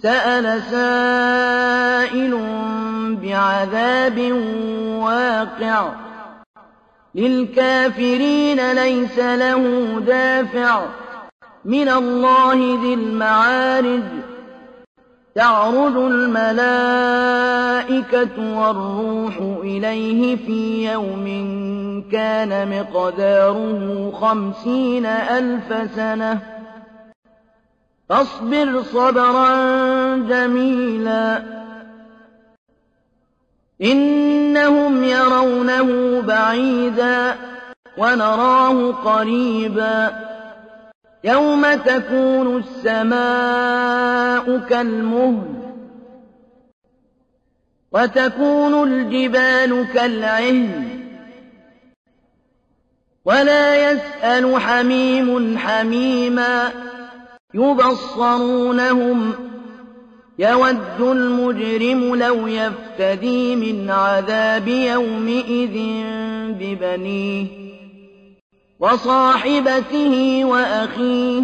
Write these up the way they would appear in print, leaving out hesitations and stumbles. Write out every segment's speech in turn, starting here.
سَأَلَ سَائِلٌ بِعَذَابٍ وَاقِعٍ لِّلْكَافِرِينَ لَيْسَ لَهُ دَافِعٌ مِّنَ اللَّهِ ذِي الْمَعَارِجِ تَعْرُجُ الْمَلَائِكَةُ وَالرُّوحُ إِلَيْهِ فِي يَوْمٍ كَانَ مِقْدَارُهُ 50,000 سَنَةٍ فاصبر صبرا جميلا إنهم يرونه بعيدا ونراه قريبا يوم تكون السماء كالمهل وتكون الجبال كالعهن ولا يسأل حميم حميما يبصرونهم يود المجرم لو يفتدي من عذاب يومئذ ببنيه وصاحبته وأخيه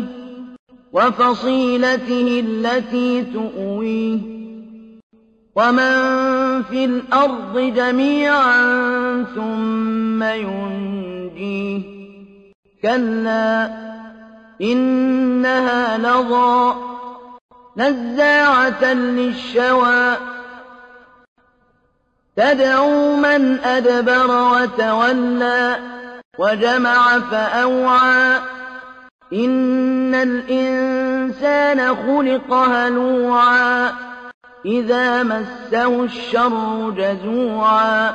وفصيلته التي تؤويه ومن في الأرض جميعا ثم ينجيه كلا إنها لظى نزاعة للشوى تدعو من أدبر وتولى وجمع فأوعى إن الإنسان خلق هلوعا إذا مسه الشر جزوعا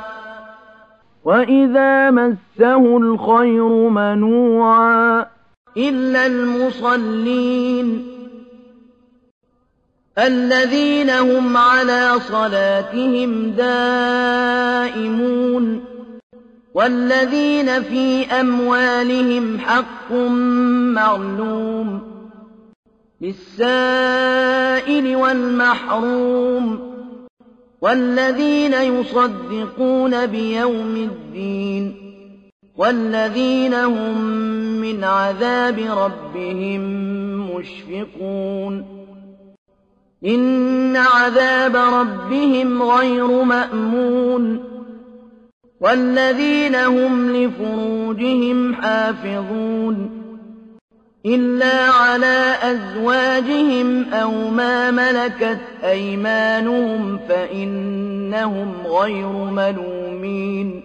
وإذا مسه الخير منوعا إلا المصلين الذين هم على صلاتهم دائمون والذين في أموالهم حق معلوم للسائل والمحروم والذين يصدقون بيوم الدين والذين هم من عذاب ربهم مشفقون إن عذاب ربهم غير مأمون والذين هم لفروجهم حافظون إلا على أزواجهم أو ما ملكت أيمانهم فإنهم غير ملومين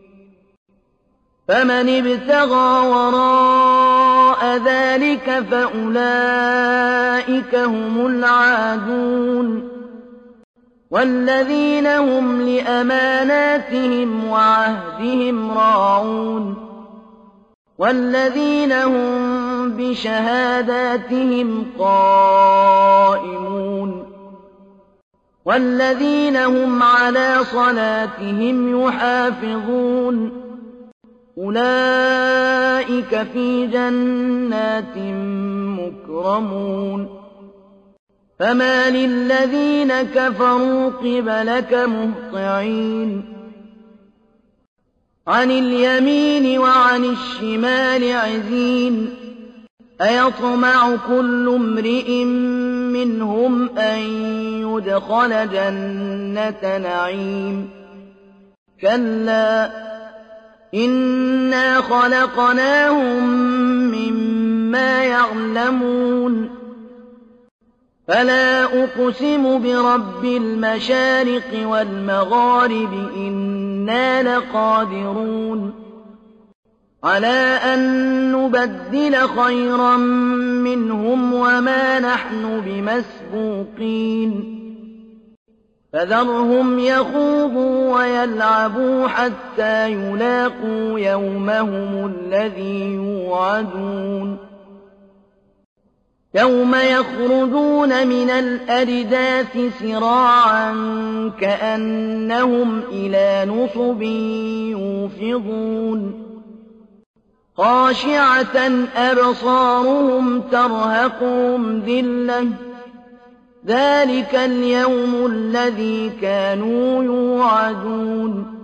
فمن ابتغى وراء ذلك فأولئك هم العادون والذين هم لأماناتهم وعهدهم راعون والذين هم بشهاداتهم قائمون والذين هم على صلاتهم يحافظون أولئك في جنات مكرمون فما للذين كفروا قبلك مهطعين عن اليمين وعن الشمال عزين أيطمع كل امرئ منهم أن يدخل جنة نعيم كلا إنا خلقناهم مما يعلمون فلا أقسم برب المشارق والمغارب إنا لقادرون على أن نبدل خيرا منهم وما نحن بمسبوقين فذرهم يخوضوا ويلعبوا حتى يلاقوا يومهم الذي يوعدون يوم يخرجون من الأجداث سراعا كأنهم إلى نصب يوفضون خاشعة أبصارهم ترهقهم ذلة ذلك اليوم الذي كانوا يوعدون